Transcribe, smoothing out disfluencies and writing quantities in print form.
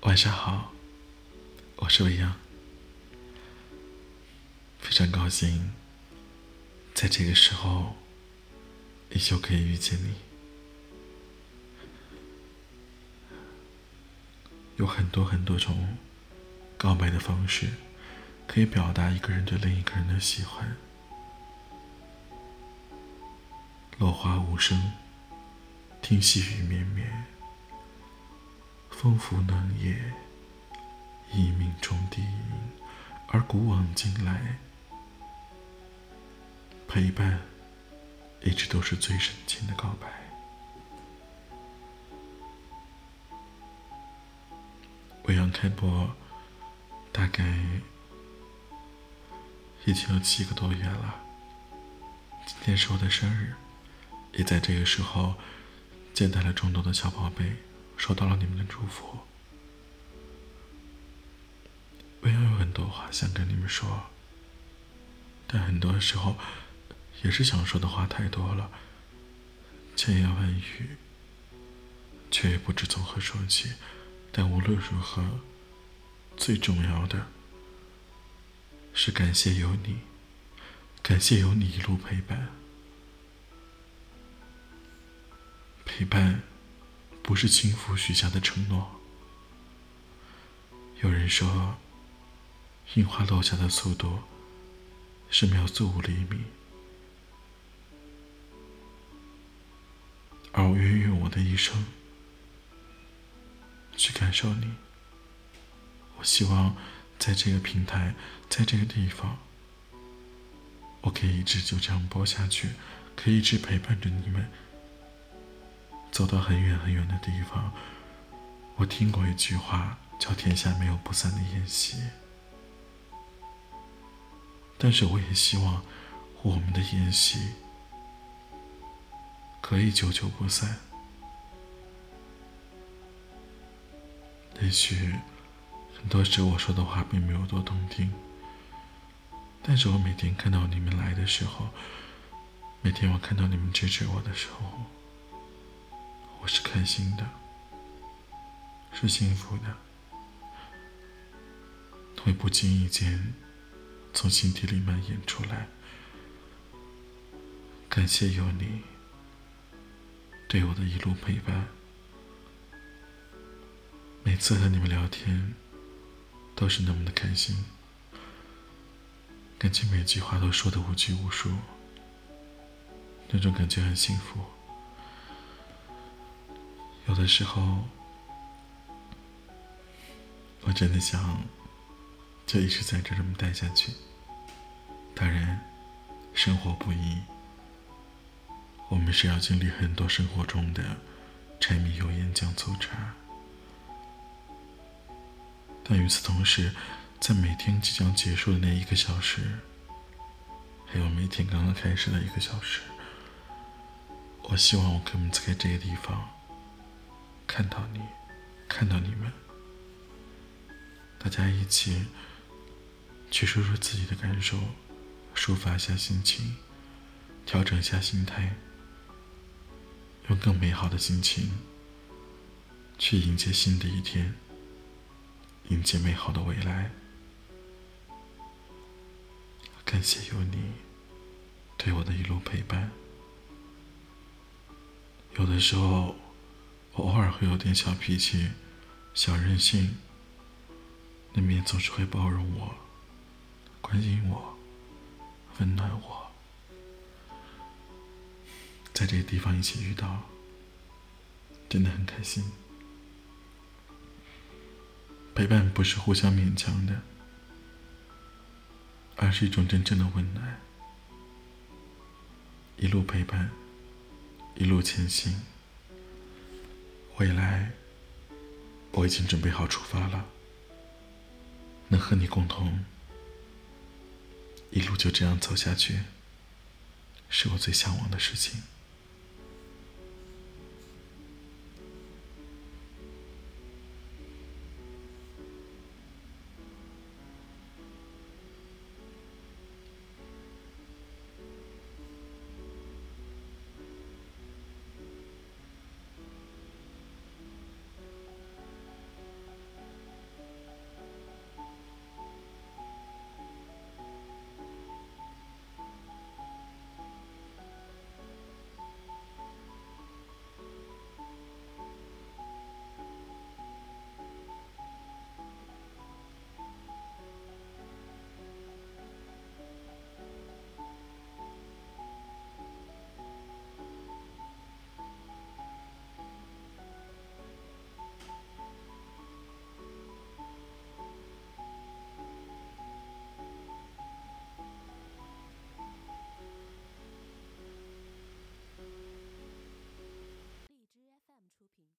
晚上好，我是未央，非常高兴在这个时候依旧可以遇见你。有很多种告白的方式，可以表达一个人对另一个人的喜欢。落花无声，听细雨绵绵，风拂冷叶，一鸣中低吟，而古往今来，陪伴一直都是最深情的告白。未央开播大概已经有7个多月了，今天是我的生日，也在这个时候接待了众多的小宝贝，收到了你们的祝福。未央有很多话想跟你们说，但很多时候也是想说的话太多了，千言万语却也不知从何说起。但无论如何，最重要的是感谢有你，感谢有你一路陪伴。陪伴不是轻浮许下的承诺。有人说，樱花落下的速度是秒速5厘米，而我愿意用我的一生去感受你。我希望在这个平台，在这个地方，我可以一直就这样播下去，可以一直陪伴着你们走到很远很远的地方。我听过一句话叫天下没有不散的宴席，但是我也希望我们的宴席可以久久不散。也许很多时候我说的话并没有多动听，但是我每天看到你们来的时候，每天我看到你们支持我的时候，我是开心的，是幸福的，会不经意间从心底里蔓延出来。感谢有你对我的一路陪伴，每次和你们聊天都是那么的开心，感觉每句话都说得无拘无束，那种感觉很幸福。有的时候我真的想就一直在这么待下去。当然生活不易，我们是要经历很多生活中的柴米油盐酱醋茶，但与此同时，在每天即将结束的那1个小时，还有每天刚刚开始的1个小时，我希望我可以在这个地方看到你，看到你们，大家一起去说说自己的感受，抒发一下心情，调整一下心态，用更美好的心情去迎接新的一天，迎接美好的未来。感谢有你对我的一路陪伴。有的时候我偶尔会有点小脾气，小任性，你们也总是会包容我，关心我，温暖我。在这个地方一起遇到，真的很开心。陪伴不是互相勉强的，而是一种真正的温暖。一路陪伴，一路前行。未来我已经准备好出发了，能和你共同一路就这样走下去，是我最向往的事情。